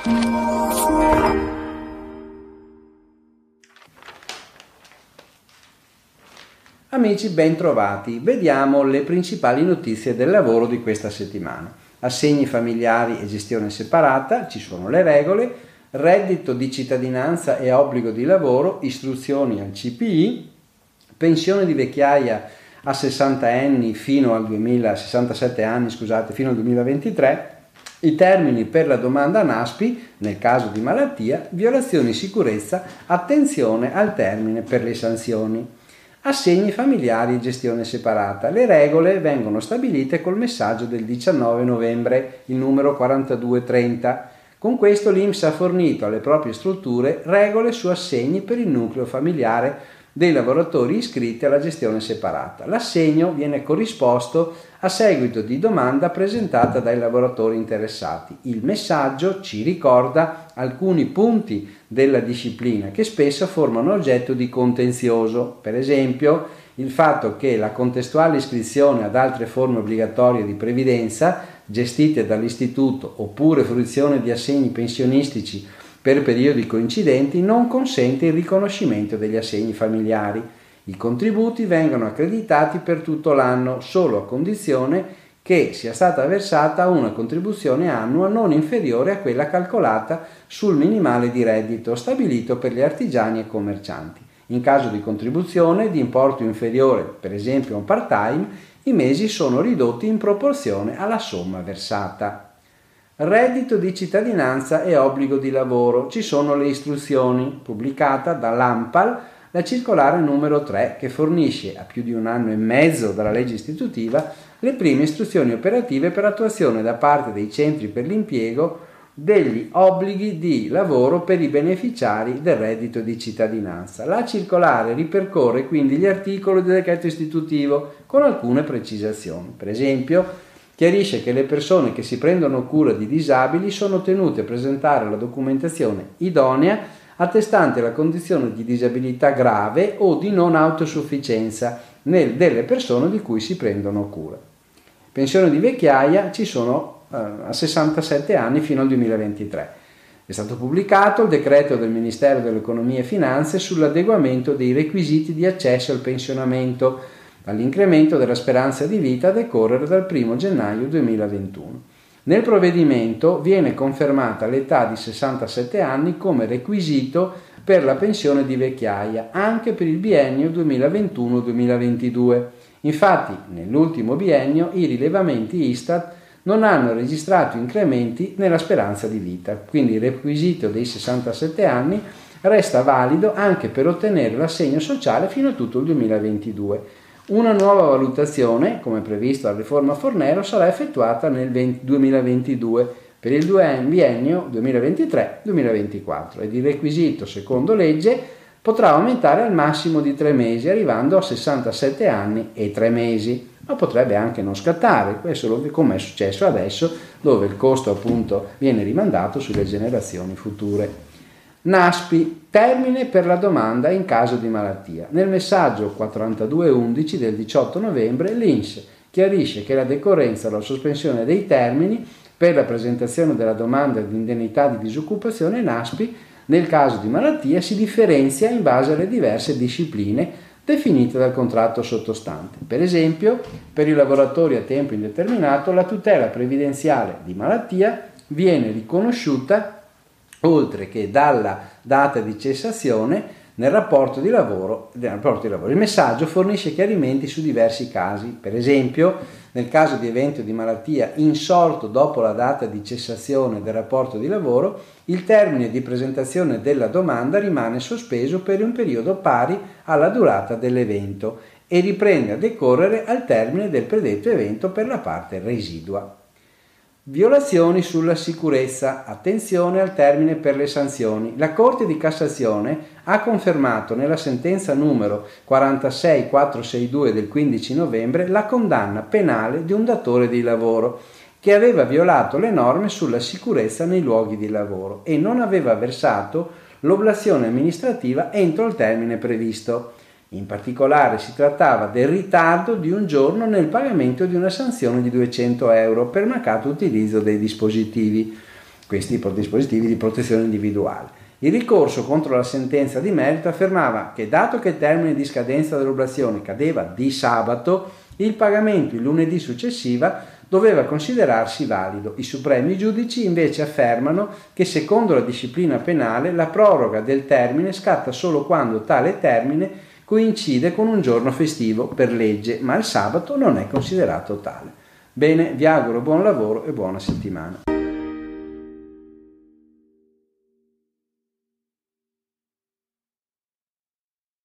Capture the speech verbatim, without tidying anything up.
Amici, ben trovati. Vediamo le principali notizie del lavoro di questa settimana. Assegni familiari e gestione separata, ci sono le regole, reddito di cittadinanza e obbligo di lavoro, istruzioni al C P I, pensione di vecchiaia a sessanta anni fino al duemila, sessantasette anni, scusate, fino al duemilaventitré, i termini per la domanda NASPI nel caso di malattia, violazioni di sicurezza, attenzione al termine per le sanzioni. Assegni familiari e gestione separata. Le regole vengono stabilite col messaggio del diciannove novembre, il numero quarantadue trenta. Con questo l'I N P S ha fornito alle proprie strutture regole su assegni per il nucleo familiare dei lavoratori iscritti alla gestione separata. L'assegno viene corrisposto a seguito di domanda presentata dai lavoratori interessati. Il messaggio ci ricorda alcuni punti della disciplina che spesso formano oggetto di contenzioso, per esempio il fatto che la contestuale iscrizione ad altre forme obbligatorie di previdenza gestite dall'istituto oppure fruizione di assegni pensionistici per periodi coincidenti non consente il riconoscimento degli assegni familiari. I contributi vengono accreditati per tutto l'anno solo a condizione che sia stata versata una contribuzione annua non inferiore a quella calcolata sul minimale di reddito stabilito per gli artigiani e commercianti. In caso di contribuzione di importo inferiore, per esempio a un part-time, i mesi sono ridotti in proporzione alla somma versata. Reddito di cittadinanza e obbligo di lavoro. Ci sono le istruzioni, pubblicata dall'ANPAL, la circolare numero tre, che fornisce a più di un anno e mezzo dalla legge istitutiva le prime istruzioni operative per attuazione da parte dei centri per l'impiego degli obblighi di lavoro per i beneficiari del reddito di cittadinanza. La circolare ripercorre quindi gli articoli del decreto istitutivo con alcune precisazioni. Per esempio, chiarisce che le persone che si prendono cura di disabili sono tenute a presentare la documentazione idonea attestante la condizione di disabilità grave o di non autosufficienza nel, delle persone di cui si prendono cura. Pensione di vecchiaia ci sono eh, a sessantasette anni fino al duemilaventitré. È stato pubblicato il decreto del Ministero dell'Economia e Finanze sull'adeguamento dei requisiti di accesso al pensionamento all'incremento della speranza di vita a decorrere dal primo gennaio duemilaventuno. Nel provvedimento viene confermata l'età di sessantasette anni come requisito per la pensione di vecchiaia anche per il biennio duemilaventuno duemilaventidue. Infatti, nell'ultimo biennio i rilevamenti Istat non hanno registrato incrementi nella speranza di vita, quindi il requisito dei sessantasette anni resta valido anche per ottenere l'assegno sociale fino a tutto il duemilaventidue. Una nuova valutazione, come previsto dalla riforma Fornero, sarà effettuata nel duemilaventidue per il biennio duemilaventitré duemilaventiquattro ed il requisito, secondo legge, potrà aumentare al massimo di tre mesi, arrivando a sessantasette anni e tre mesi, ma potrebbe anche non scattare, questo come è successo adesso, dove il costo appunto viene rimandato sulle generazioni future. NASPI, termine per la domanda in caso di malattia. Nel messaggio quarantadue undici del diciotto novembre l'I N P S chiarisce che la decorrenza o la sospensione dei termini per la presentazione della domanda di indennità di disoccupazione NASPI nel caso di malattia si differenzia in base alle diverse discipline definite dal contratto sottostante. Per esempio, per i lavoratori a tempo indeterminato la tutela previdenziale di malattia viene riconosciuta oltre che dalla data di cessazione nel rapporto di lavoro, nel rapporto di lavoro. Il messaggio fornisce chiarimenti su diversi casi. Per esempio, nel caso di evento di malattia insorto dopo la data di cessazione del rapporto di lavoro, il termine di presentazione della domanda rimane sospeso per un periodo pari alla durata dell'evento e riprende a decorrere al termine del predetto evento per la parte residua. Violazioni sulla sicurezza, attenzione al termine per le sanzioni. La Corte di Cassazione ha confermato nella sentenza numero quarantasei quattrocentosessantadue del quindici novembre la condanna penale di un datore di lavoro che aveva violato le norme sulla sicurezza nei luoghi di lavoro e non aveva versato l'oblazione amministrativa entro il termine previsto. In particolare si trattava del ritardo di un giorno nel pagamento di una sanzione di duecento euro per mancato utilizzo dei dispositivi. questi dispositivi di protezione individuale. Il ricorso contro la sentenza di merito affermava che, dato che il termine di scadenza dell'oblazione cadeva di sabato, il pagamento il lunedì successiva doveva considerarsi valido. I supremi giudici invece affermano che, secondo la disciplina penale, la proroga del termine scatta solo quando tale termine coincide con un giorno festivo per legge, ma il sabato non è considerato tale. Bene, vi auguro buon lavoro e buona settimana.